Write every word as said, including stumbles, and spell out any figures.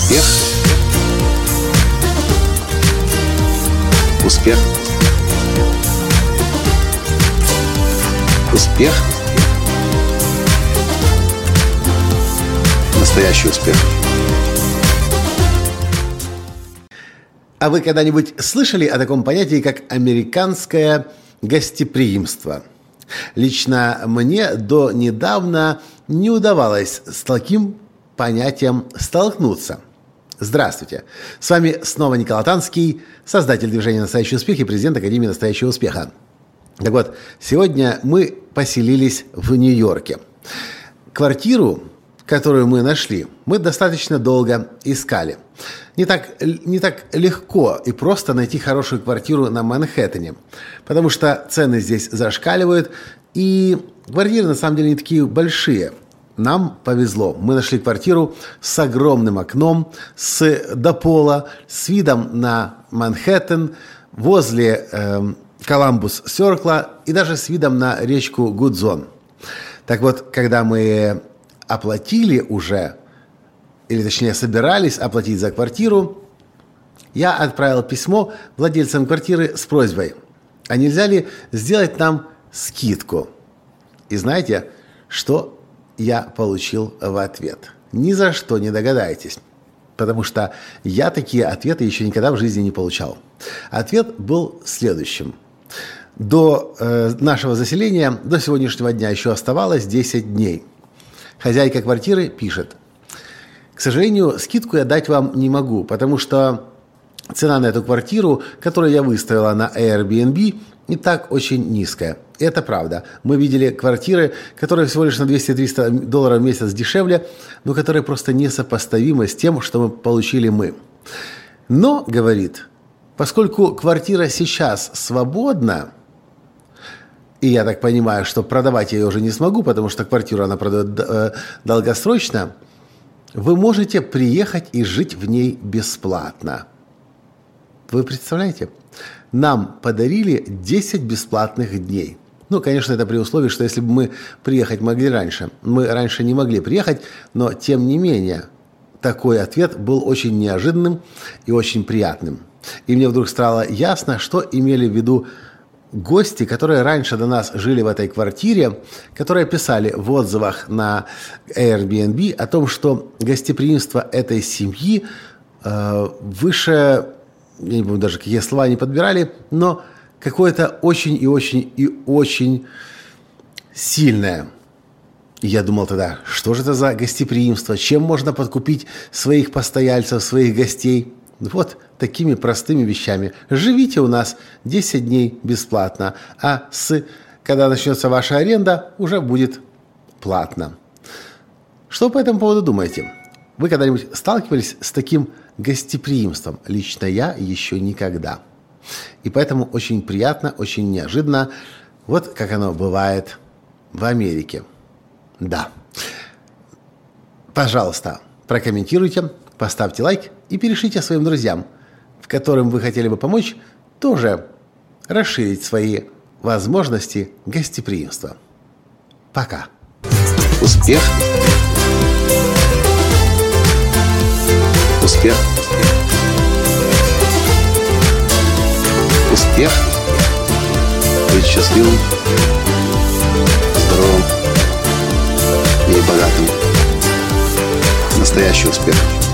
Успех. Успех. Успех. Настоящий успех. А вы когда-нибудь слышали о таком понятии, как американское гостеприимство? Лично мне до недавно не удавалось с таким понятием столкнуться. Здравствуйте! С вами снова Николай Танский, создатель движения «Настоящий успех» и президент Академии «Настоящего успеха». Так вот, сегодня мы поселились в Нью-Йорке. Квартиру, которую мы нашли, мы достаточно долго искали. Не так, не так легко и просто найти хорошую квартиру на Манхэттене, потому что цены здесь зашкаливают, и квартиры на самом деле не такие большие. Нам повезло. Мы нашли квартиру с огромным окном, с, до пола, с видом на Манхэттен, возле э, Коламбус-Сёркла и даже с видом на речку Гудзон. Так вот, когда мы оплатили уже, или точнее собирались оплатить за квартиру, я отправил письмо владельцам квартиры с просьбой, а нельзя ли сделать нам скидку? И знаете, что я получил в ответ? Ни за что не догадаетесь, потому что я такие ответы еще никогда в жизни не получал. Ответ был следующим. До э, нашего заселения, до сегодняшнего дня еще оставалось десять дней. Хозяйка квартиры пишет: к сожалению, скидку я дать вам не могу, потому что цена на эту квартиру, которую я выставила на Airbnb, не так очень низкая. И это правда. Мы видели квартиры, которые всего лишь на двести-триста долларов в месяц дешевле, но которые просто несопоставимы с тем, что мы получили мы. Но, говорит, поскольку квартира сейчас свободна, и я так понимаю, что продавать я ее уже не смогу, потому что квартиру она продает э, долгосрочно, вы можете приехать и жить в ней бесплатно. Вы представляете? Нам подарили десять бесплатных дней. Ну, конечно, это при условии, что если бы мы приехать могли раньше. Мы раньше не могли приехать, но тем не менее такой ответ был очень неожиданным и очень приятным. И мне вдруг стало ясно, что имели в виду гости, которые раньше до нас жили в этой квартире, которые писали в отзывах на Airbnb о том, что гостеприимство этой семьи э, выше, я не помню даже, какие слова они подбирали, но какое-то очень и очень и очень сильное. И я думал тогда, что же это за гостеприимство, чем можно подкупить своих постояльцев, своих гостей? Вот такими простыми вещами. Живите у нас десять дней бесплатно, а с, когда начнется ваша аренда, уже будет платно. Что вы по этому поводу думаете? Вы когда-нибудь сталкивались с таким гостеприимством? Лично я еще никогда. И поэтому очень приятно, очень неожиданно. Вот как оно бывает в Америке. Да. Пожалуйста, прокомментируйте, поставьте лайк и перешлите своим друзьям, в которым вы хотели бы помочь, тоже расширить свои возможности гостеприимства. Пока. Успех. Успех. Успех. Быть счастливым, здоровым и богатым. Настоящий успех.